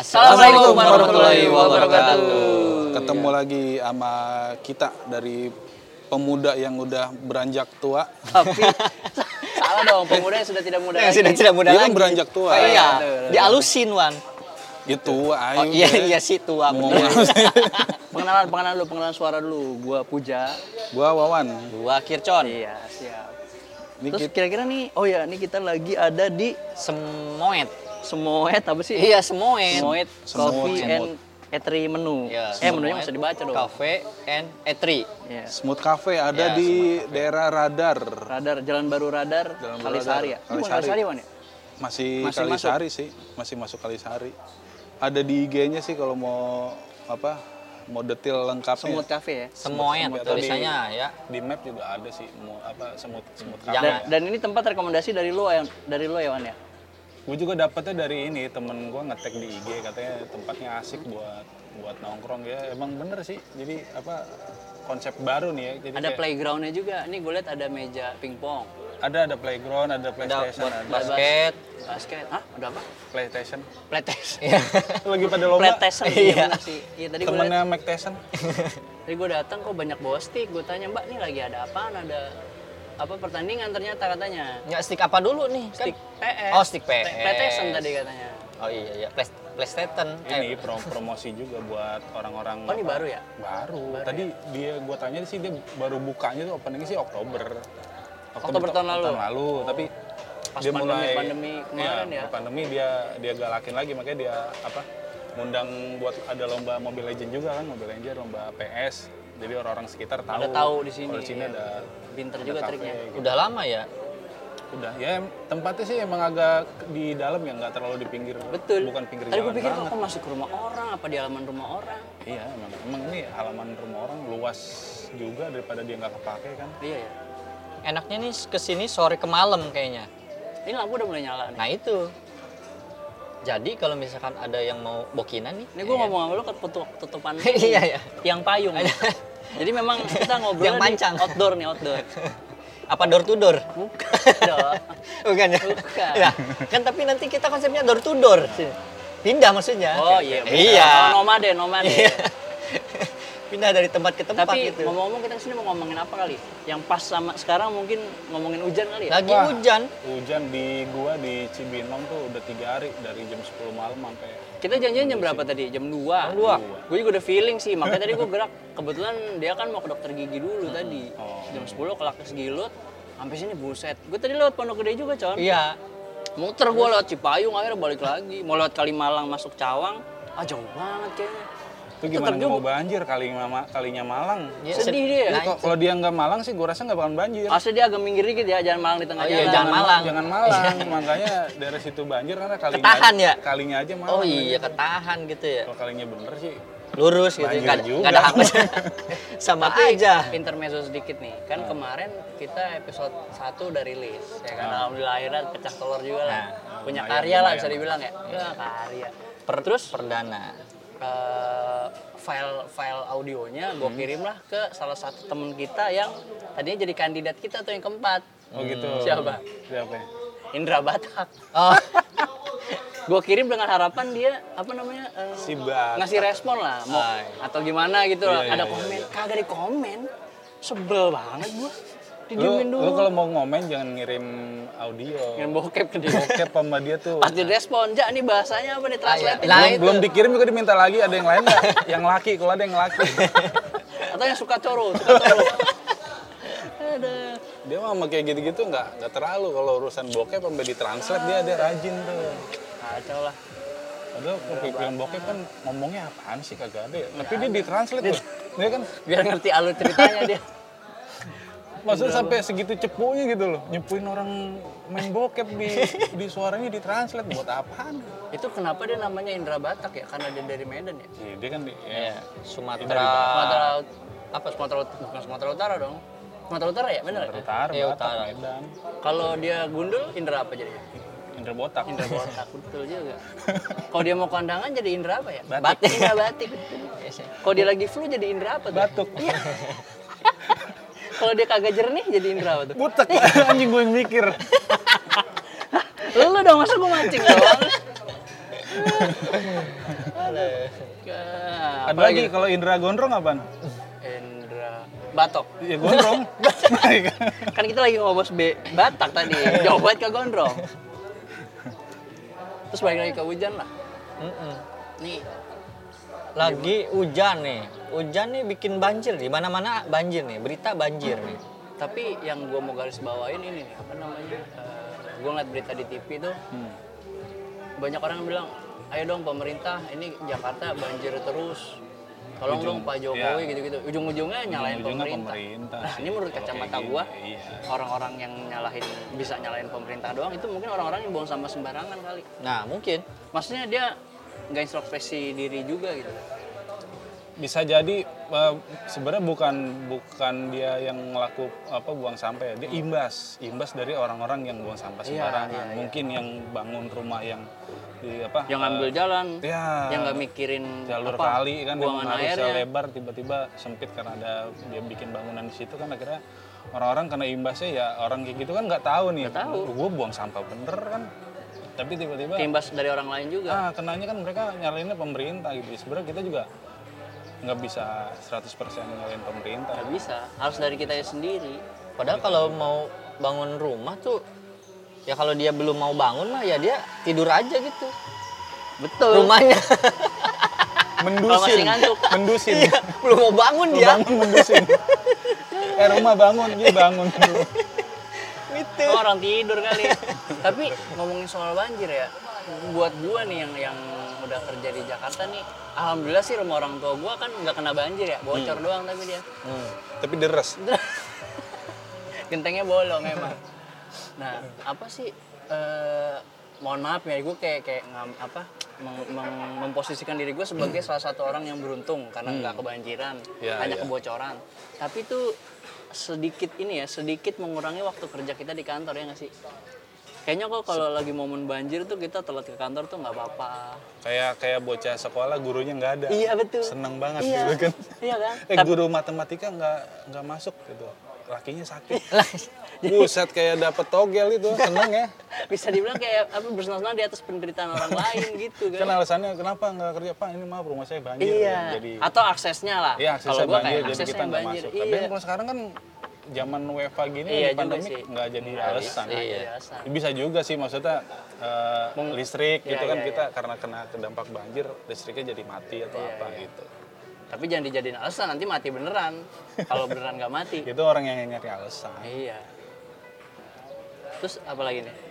Assalamualaikum warahmatullahi wabarakatuh. Ketemu lagi sama kita dari pemuda yang udah beranjak tua. Tapi salah dong, pemuda yang sudah tidak muda lagi. Sudah tidak muda Dia lagi. kan beranjak tua. Iya, dialusin Wan. Itu ayo. Oh, iya sih tua bener. Pengenalan suara dulu. Gua Puja. Gua Wawan. Gua Kircon. Iya, siap. Ini Terus kira-kira nih, ini kita lagi ada di Semoet apa sih? Iya, Semoet. Coffee and Eatery menu. Ya, menunya nggak usah dibaca dong. Cafe and Eatery. Iya. Smooth Cafe ada Ya, di daerah Radar. Jalan Baru Radar, Kalisari ya. Ini bukan Kalisari, Wan ya? Masih Masih Kalisari sih, masih masuk Kalisari. Ada di IG-nya sih kalau mau detail lengkapnya. Smooth Cafe ya. Semoet tulisannya ya. Di map juga ada sih smooth Jangan. cafe. Dan ini tempat rekomendasi dari lo ya Wan ya. Gue juga dapetnya dari ini, temen gue nge-tag di IG katanya tempatnya asik buat nongkrong ya. Emang bener sih. Jadi konsep baru nih ya. Jadi Ada playgroundnya juga. Nih gue lihat ada meja pingpong. ada playground, ada Ada PlayStation, buat ada basket. Basket. Hah? Ada apa? PlayStation. Playtest. Lagi pada lomba. Playtest. Iya bener sih. Iya tadi gue lihat. Temennya Mike Tyson. Tadi gue datang kok banyak bawa stick. Gue tanya, "Mbak, ini lagi ada apaan? Ada pertandingan ternyata katanya." Nggak stick apa dulu nih? Stick PS. Oh, stick PS. Playtestan tadi katanya. Oh iya, PlayStation. Ini promosi juga buat orang-orang. Oh, ini baru ya? Baru. Tadi gue tanya sih dia baru bukanya tuh openingnya sih Oktober tahun lalu. Tapi Pas dia pandemi kemarin ya. Pandemi dia galakin lagi, makanya dia ngundang buat ada lomba Mobile Legend juga kan, Mobile Legend, lomba PS. Jadi orang-orang sekitar tahu. Ada tahu di sini. Kalau di sini ya. ada Pinter ada juga cafe triknya. gitu. Udah lama ya? Udah. Ya tempatnya sih emang agak di dalam ya, nggak terlalu di pinggir. Betul. Bukan pinggir Tadi jalan gue pikir banget. kok masuk ke rumah orang, apa di halaman rumah orang. Iya, emang ini halaman rumah orang luas juga daripada dia nggak kepake kan. Iya ya. Enaknya nih kesini sore ke malam kayaknya. Ini lampu udah mulai nyala nih. Nah itu. Jadi kalau misalkan ada yang mau bokinan nih. Ini gue ngomong sama lu ketutupan Iya ya. yang payung. Jadi memang kita ngobrol Yang pancang. outdoor nih, outdoor. Apa door to door? Bukan dong. Bukan ya? Bukan. Ya, kan tapi nanti kita konsepnya door to door. Pindah maksudnya. Oh iya. Iya. Oh, nomade. Iya. Pindah dari tempat ke tempat Tapi gitu. ngomong-ngomong kita kesini mau ngomongin apa kali? Yang pas sama sekarang mungkin ngomongin hujan kali ya? Lagi hujan. Hujan di Cibinong tuh udah 3 hari dari jam 10 malam sampai. Kita janjian jam berapa tadi? Jam 2? Jam 2. Gue juga udah feeling sih, makanya tadi gue gerak. Kebetulan dia kan mau ke dokter gigi dulu tadi. Jam 10 ke Lakes Gilut, sampai sini buset. Gue tadi lewat Pondok Gede juga, Con. Iya. Muter gue lewat Cipayung, akhirnya balik lagi. Mau lewat Kalimalang masuk Cawang, jauh banget kayaknya. Itu gimana mau banjir kalinya Malang. Ya, Sedih dia. Jadi kalau dia nggak Malang sih gue rasa nggak bakalan banjir. Asli dia agak minggir dikit ya, jangan Malang di tengah iya, jalan. jangan Malang. Jangan Malang. Makanya daerah situ banjir karena Ketahan ya? Kalinya aja Malang. Oh iya, ketahan gitu ya. Kalau kalinya bener sih Lurus gitu. banjir Nggak juga. ada hapus. Sama Tapi aja. intermezzo sedikit nih, kan kemarin kita episode 1 udah rilis, ya kan alhamdulillah akhirnya pecah telur juga lah. Punya lumayan, karya lah lumayan. bisa dibilang ya. Ya karya. Terus perdana. File audionya gue kirim lah ke salah satu temen kita yang tadinya jadi kandidat kita tuh yang keempat. Oh gitu. Siapa? Siapa? Indra Batak. Oh. Gue kirim dengan harapan dia Si Batak. ngasih respon lah mau atau gimana gitu lah. Ada komen, kagak di komen. Sebel banget gue. Didiemin Lu dulu. kalau mau ngomen jangan ngirim audio. Ngirim bokep ke dia. Bokep sama dia tuh. Pas direspon, "Jak nih bahasanya apa nih translate?" Belum dikirim juga diminta lagi, ada yang lain nggak? Yang laki, kalau ada yang laki. Atau yang suka coro. Ada. Dia mah sama kayak gitu-gitu nggak terlalu. Kalau urusan bokep sampai ditranslate dia rajin tuh. Kacau lah. Padahal film bokep kan ngomongnya apaan sih kagak ada ya. Tapi dia ditranslate tuh. Dia kan Biar ngerti alur ceritanya dia. maksudnya sampai segitu cepunya gitu loh. Nyepuin orang main bokep di suaranya ditranslate buat apaan? Itu kenapa dia namanya Indra Batak ya? Karena dia dari Medan ya? Iya, dia kan Sumatera. Bukan Sumatera Utara dong. Sumatera Utara ya? Bener ya? Utara, Iya, Batak, utara. Medan. Kalau dia gundul, Indra apa jadinya? Indra Botak. Indra Botak, betul juga. Kalau dia mau kondangan jadi Indra apa ya? Batik. Indra Batik. Kalau dia lagi flu jadi Indra apa tuh? Batuk. Iya. Kalau dia kagak jernih jadi Indra apa tuh? Butek. Anjing gue yang mikir. Lu dong, masa gue mancing doang? Ada lagi kalau Indra gondrong apaan? Indra Batok. Ya gondrong. Kan kita lagi ngomong Batak tadi. Jauh banget ke gondrong. Terus balik lagi ke hujan lah. Nih Lagi hujan nih. Hujan nih bikin banjir di mana-mana banjir nih. Berita banjir nih. tapi yang gue mau garis bawain ini nih, apa namanya, gue ngeliat berita di TV tuh, banyak orang yang bilang, ayo dong pemerintah, ini Jakarta banjir terus, tolong dong Pak Jokowi gitu-gitu. Ujung-ujungnya nyalain pemerintah. Nah ini menurut kacamata gue, orang-orang yang bisa nyalain pemerintah doang, itu mungkin orang-orang yang buang sampah sembarangan kali. Nah mungkin. Maksudnya dia nggak introspeksi diri juga gitu. Bisa jadi sebenarnya bukan dia yang ngelaku buang sampah ya, dia imbas dari orang-orang yang buang sampah sembarangan. Mungkin yang bangun rumah yang yang ngambil jalan, ya, yang nggak mikirin jalur kali kan, yang buangan harusnya airnya lebar tiba-tiba sempit karena dia bikin bangunan di situ kan, akhirnya orang-orang kena imbasnya ya. Orang kayak gitu kan nggak tahu nih, gue buang sampah bener kan, tapi tiba-tiba imbas dari orang lain juga. Kenanya kan mereka nyalainnya pemerintah gitu. Sebenarnya kita juga nggak bisa 100% nyalain pemerintah. Nggak bisa, harus dari kita sendiri. Padahal kalau mau bangun rumah tuh, ya kalau dia belum mau bangun mah ya dia tidur aja gitu. Betul. Rumahnya. Masih ngantuk. Mendusin. Iya, belum mau bangun dia. Bangun mendusin. Rumah bangun, dia bangun dulu. Gitu. Orang tidur kali. Tapi ngomongin soal banjir ya, buat gua nih yang udah kerja di Jakarta nih, alhamdulillah sih rumah orang tua gua kan nggak kena banjir ya, bocor doang tapi dia. Tapi deres. Gentengnya bolong emang. Nah, apa sih? Mohon maaf ya, gue kayak memposisikan diri gue sebagai salah satu orang yang beruntung karena nggak kebanjiran, hanya kebocoran. Tapi itu sedikit mengurangi waktu kerja kita di kantor, ya nggak sih? Kayaknya kok kalau lagi momen banjir tuh kita telat ke kantor tuh nggak apa-apa. Kayak bocah sekolah gurunya nggak ada. Iya betul. Seneng banget gitu kan. Iya kan. Guru matematika nggak masuk gitu. Lakinya sakit. Buset, kayak dapet togel itu, seneng ya. Bisa dibilang kayak bersenang-senang di atas penderitaan orang lain gitu kan. Kan alasannya kenapa nggak kerja, Pak, ini maaf rumah saya banjir. Iya. Jadi, atau aksesnya lah. Iya, aksesnya kalau banjir, kayak jadi kita nggak masuk. Tapi kalau sekarang kan zaman WFA gini, pandemik nggak jadi alasan. Iya. Bisa juga sih, maksudnya listrik gitu kan, kita karena kena dampak banjir, listriknya jadi mati atau gitu. Tapi jangan dijadiin alasan, nanti mati beneran. Kalau beneran nggak mati. Itu orang yang nyari alasan. Iya. Terus apa lagi nih?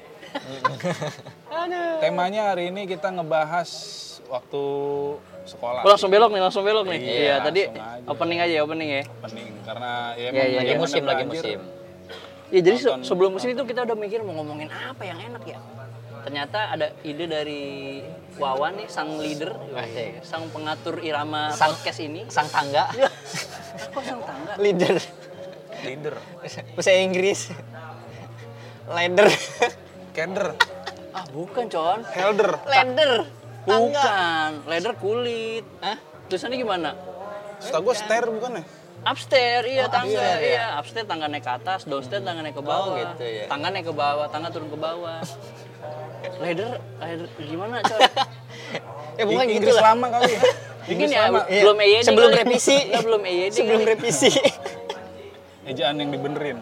Temanya hari ini kita ngebahas waktu sekolah. Langsung belok nih. Iya, tadi aja. opening ya. Opening, karena lagi musim. Ya jadi sebelum kesini tuh kita udah mikir mau ngomongin apa yang enak ya. Ternyata ada ide dari Wawan nih, sang leader, sang pengatur irama podcast ini. Sang tangga. Kok sang tangga? Leader. Bahasa Inggris. Ladder. Kender. Bukan, Con. Helder. Ladder. Bukan. Ladder kulit. Tulisannya gimana? Setahu gue stair bukan ya? Upstairs, tangga. Iya. Upstairs tangga naik ke atas, downstairs tangga naik ke bawah. Gitu ya. Tangga naik ke bawah, tangga turun ke bawah. Ladder gimana, Con? Bukan Inggris gitu lah. lama kali ya. Inggris lama. Belum EYD. Sebelum revisi. Belum EYD. Sebelum revisi. Ejaan yang dibenerin.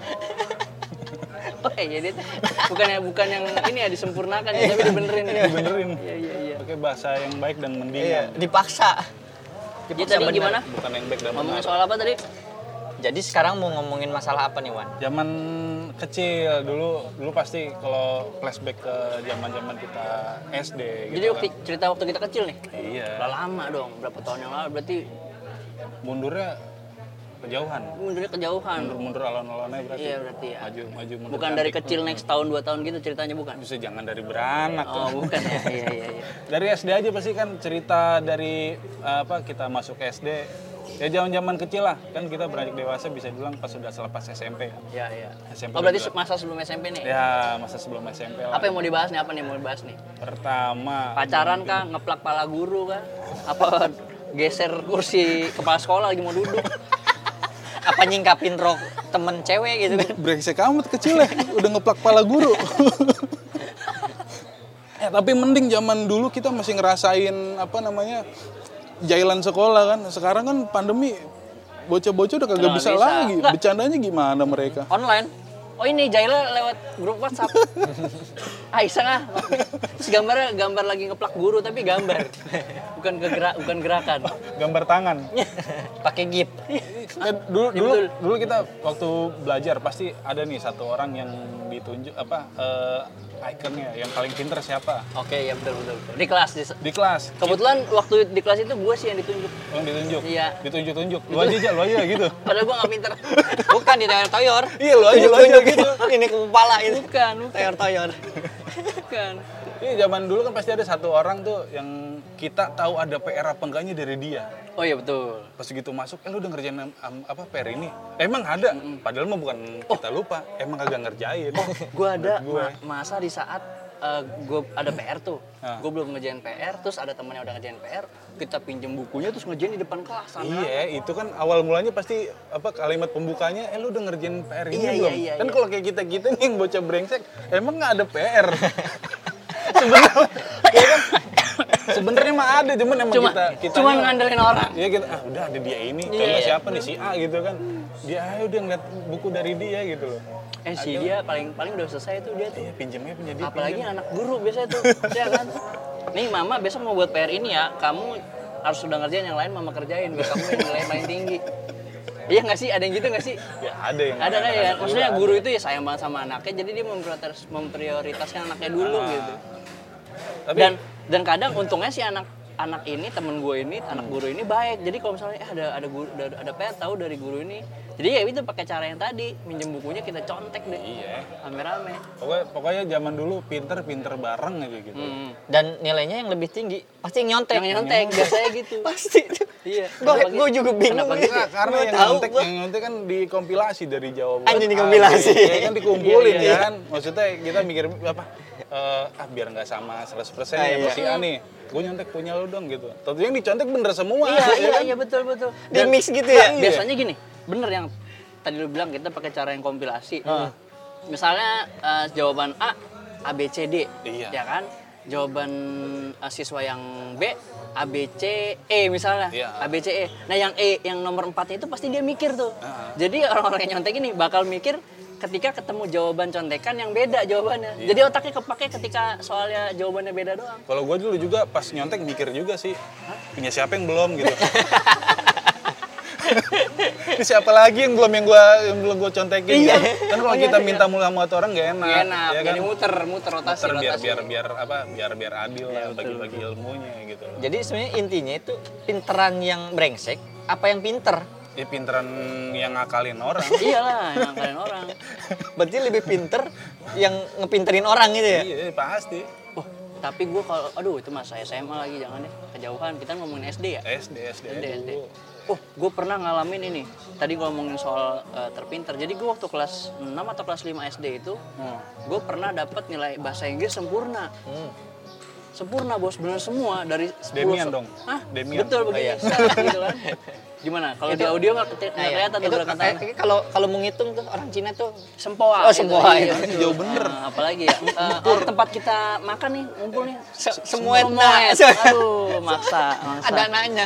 EYD itu bukan yang ini ya disempurnakan ya, tapi dibenerin. Iya. Pakai bahasa yang baik dan mendingan. Dipaksa. Jadi tadi gimana? Bukan yang baik dan Ngomongin benar. soal apa tadi? Jadi sekarang mau ngomongin masalah apa nih, Wan? Zaman kecil dulu pasti kalau flashback ke zaman kita SD Jadi gitu kan. cerita waktu kita kecil nih. Iya. Udah lama dong, berapa tahun yang lalu, berarti Mundurnya kejauhan. mundurnya kejauhan. Mundur alon-alonnya berarti. Iya berarti ya. Maju mundur. Bukan dari kecil next tahun 2 tahun gitu ceritanya, bukan? Bisa jangan dari beranak. Oh bukan ya. Iya. Dari SD aja pasti kan cerita dari kita masuk SD. Ya zaman kecil lah, kan kita beranjak dewasa bisa bilang pas sudah selepas SMP. Iya. SMP Oh berarti juga. masa sebelum SMP nih? Ya, masa sebelum SMP lah. Apa yang mau dibahas nih? Pertama, Pacaran kah? Ngeplak pala guru kah? Apa geser kursi kepala sekolah lagi mau duduk? Apa nyingkapin rok temen cewek gitu kan? brengsek amat kecil ya, udah ngeplak pala guru. Tapi mending zaman dulu kita masih ngerasain apa namanya jailan sekolah kan. Sekarang kan pandemi bocah-bocah udah kagak bisa lagi. Nggak. Bercandanya gimana mereka? Online. Oh ini Jaila lewat grup WhatsApp. Iseng ah. Terus gambar lagi ngeplak guru tapi gambar. bukan gerakan. Gambar tangan. Pakai GIF. Dulu kita waktu belajar pasti ada nih satu orang yang ditunjuk ikonnya yang paling pinter siapa? Oke, ya betul. Di kelas Di kelas. kebetulan waktu di kelas itu gue sih yang ditunjuk. Yang ditunjuk. Iya. Ditunjuk. Lu aja gitu. Padahal gue nggak pinter. Bukan di toyor. Iya, lu aja gitu. Ini ke kepala ini. Bukan. Toyor. Bukan. Iya, zaman dulu kan pasti ada satu orang tuh yang kita tahu ada PR apa enggaknya dari dia. Oh iya betul. Pas gitu masuk, lu udah ngerjain PR ini? Emang ada, padahal mah bukan kita lupa, emang kagak ngerjain. Gue ada Gue. masa di saat gue ada PR tuh, Nah. gue belum ngerjain PR, terus ada temennya udah ngerjain PR, kita pinjem bukunya terus ngerjain di depan kelas. Iya, itu kan awal mulanya pasti kalimat pembukanya, lu udah ngerjain PR ini Iya, belum? iya, Kan iya. kalau kayak kita nih yang bocah brengsek, emang nggak ada PR. Sebenarnya mah ada, cuman emang kita Cuman ngandelin orang. Iya kita, udah ada dia ini, Iya, contoh iya. siapa nih si A gitu kan, dia udah ngeliat buku dari dia gitu loh. Si dia paling udah selesai tuh dia tuh. Iya pinjemnya punya dia. Apalagi anak guru biasanya tuh, ya kan. Nih mama besok mau buat PR ini ya, kamu harus sudah ngerjain yang lain mama kerjain, biar kamu yang nilai paling tinggi. Iya nggak sih, ada yang gitu nggak sih? Ya ada yang. Ada kan ya, maksudnya guru itu ya sayang banget sama anaknya, jadi dia memprioritaskan anaknya dulu gitu. Tapi Dan kadang untungnya si anak ini temen gue ini anak guru ini baik, jadi kalau misalnya ada PR tahu dari guru ini, jadi ya itu pakai cara yang tadi, minjem bukunya kita contek deh, iya. rame-rame. Pokoknya zaman dulu pinter bareng aja gitu. Dan nilainya yang lebih tinggi pasti yang nyontek. Yang nyontek biasanya gitu. Pasti. Iya. Gue juga bingung. Nah, karena yang nyontek kan dikompilasi dari jawaban. Anjing dikompilasi. Ya kan dikumpulin Iya, iya. kan. Maksudnya kita mikir biar nggak sama 100% ya Iya. si A nih. Gue nyontek punya lu dong gitu. Tapi yang dicontek bener semua. ya kan? Iya betul. Di mix gitu ya. Iya. Biasanya gini, bener yang tadi lu bilang kita pakai cara yang kompilasi. Misalnya jawaban A B C D, Iya. ya kan? Jawaban siswa yang B A B C E misalnya, Iya. A B C E. Nah yang E yang nomor 4-nya itu pasti dia mikir tuh. Jadi orang-orang yang nyontek ini bakal mikir ketika ketemu jawaban contekan yang beda jawabannya. Iya. Jadi otaknya kepake ketika soalnya jawabannya beda doang. Kalau gue dulu juga pas nyontek mikir juga sih. Punya siapa yang belum gitu. Ini siapa lagi yang belum gue contekin Iya. kan kalau kita minta mulu sama satu orang gak enak, Nggak enak, ya kan? jadi muter rotasi. biar adil lah bagi-bagi ilmunya gitu loh. Jadi sebenarnya intinya itu pinteran yang brengsek apa yang pinter? Ya pinteran yang ngakalin orang. Iyalah, yang kalian orang. Berarti lebih pinter yang ngepinterin orang gitu ya? Iya pasti. Oh, tapi gue kalau, aduh itu masa SMA lagi, jangan deh, kejauhan. Kita ngomongin SD ya? SD dulu. Oh, gue pernah ngalamin ini. Tadi gue ngomongin soal terpinter. Jadi gue waktu kelas 6 atau kelas 5 SD itu, gue pernah dapat nilai bahasa Inggris sempurna. Sempurna bos, bener semua dari 10. Demian dong. Hah? Demian. Betul, begini. Gitu kan. Gimana? Kalau di audio nggak kelihatan tuh kata-kata. Kalau mau ngitung tuh orang Cina tuh Sempoa. Oh, sempoa, Gitu. iya. Jauh bener. Apalagi ya? Tempat kita makan nih, ngumpul nih. semua Aduh, maksa. ada anaknya.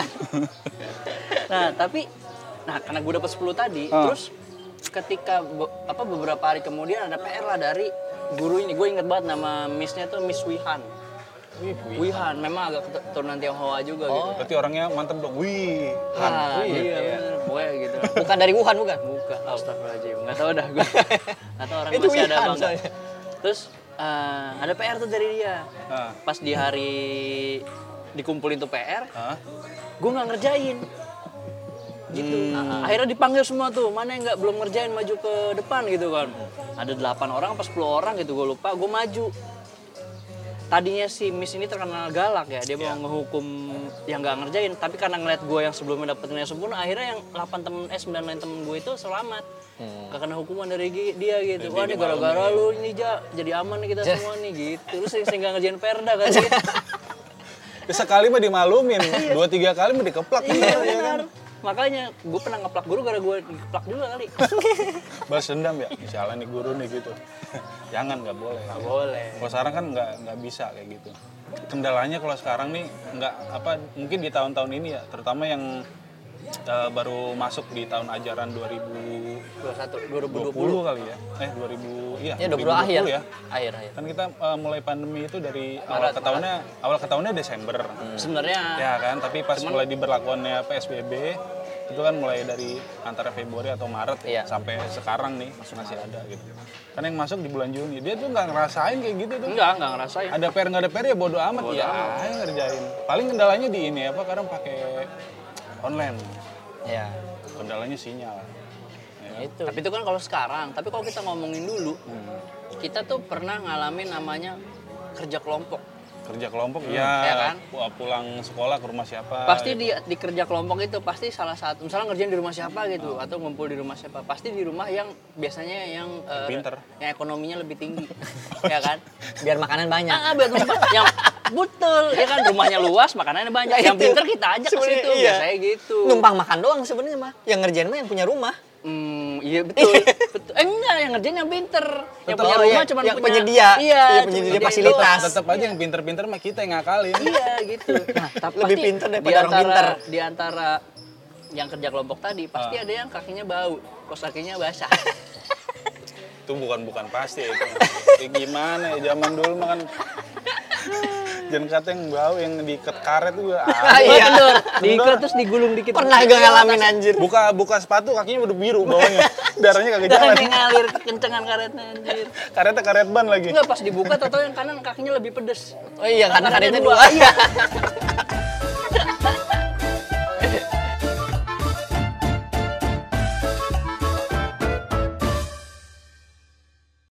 Nah, tapi karena gue dapet 10 tadi, terus ketika beberapa hari kemudian ada PR lah dari guru ini. Gue inget banget nama miss-nya tuh Miss Wihan. Wihan, memang agak keturunan Tionghoa juga gitu. Berarti orangnya mantep dong. Wih. Iya, bener. Pokoknya gitu. Bukan dari Wuhan bukan? Bukan, astagfirullahaladzim. Nggak tahu dah gue. Nggak tahu orang Itu masih ada Wihan, apa enggak. soalnya. Terus ada PR tuh dari dia. Pas di hari dikumpulin tuh PR, gue nggak ngerjain. Gitu. Akhirnya dipanggil semua tuh, mana yang belum ngerjain maju ke depan gitu kan. Ada 8 orang apa 10 orang gitu, gue lupa, gue maju. Tadinya si Miss ini terkenal galak ya, dia mau ngehukum yang nggak ngerjain, tapi karena ngeliat gue yang sebelumnya dapet nilai sempurna, akhirnya yang 9 lain temen gue itu selamat. Gak kena hukuman dari dia gitu. Wah ini gara-gara lu ini jadi aman nih kita semua nih gitu. Lu sering nggak ngerjain perda kan gitu. Sekali mah dimalumin, 2-3 kali mah dikeplak. Iya benar. Makanya gue pernah ngeplak guru gara gue ngeplak juga kali. Balas dendam ya, misalnya nih guru nih gitu. Jangan, nggak boleh. Nggak boleh. Kalau sekarang kan nggak bisa kayak gitu. Kendalanya kalau sekarang nih nggak apa, mungkin di tahun-tahun ini ya, terutama yang baru masuk di tahun ajaran 2021, 2020 kali ya. 2000 iya. Ya 20 akhir. ya. Akhir. Kan kita mulai pandemi itu dari awal ke tahunnya Desember. Sebenarnya Ya kan, tapi pas mulai diberlakuannya PSBB itu kan mulai dari antara Februari atau Maret Iya. sampai sekarang nih masih ada gitu. Kan yang masuk di bulan Juni, dia tuh nggak ngerasain kayak gitu tuh. enggak ngerasain. Ada PR nggak ada PR ya bodo amat ya, ayo ngerjain. Paling kendalanya di ini apa, kadang pakai online. Ya. Kendalanya sinyal. Ya. Itu. Tapi itu kan kalau sekarang, tapi kalau kita ngomongin dulu, kita tuh pernah ngalamin namanya kerja kelompok. Kerja kelompok ya kan? Pulang sekolah ke rumah siapa. Pasti gitu. di kerja kelompok itu pasti salah satu, misalnya ngerjain di rumah siapa gitu, atau ngumpul di rumah siapa, pasti di rumah yang biasanya yang pinter, yang ekonominya lebih tinggi, ya kan? Biar makanan banyak. Biar yang betul, ya kan, rumahnya luas, makanannya banyak. Yang pinter kita ajak ke situ, biasanya gitu. Numpang makan doang sebenarnya mah. Yang ngerjain mah yang punya rumah. Iya betul. Betul. Enggak, yang ngerjain yang pinter. Yang punya rumah cuma yang punya penyedia. Iya, penyedia fasilitas. Tetap aja yang pinter-pinter mah kita yang ngakalin. Iya gitu. Nah, tapi Lebih pasti pinter daripada orang pinter. Di antara yang kerja kelompok tadi pasti ada yang kakinya bau, kos kakinya basah. Itu bukan pasti itu. Kayak gimana ya, zaman dulu mah kan jangan kata yang bau, yang diikat karet juga. Iya bener. Diikat terus digulung dikit. Pernah gak ngalamin anjir. Buka sepatu kakinya udah biru bawahnya. Darahnya kagak Darah jalan. ngalir kencengan karetnya anjir. Karetnya karet ban lagi. Enggak, pas dibuka tahu yang kanan kakinya lebih pedes. Oh iya, karena karetnya dua. dua. Iya.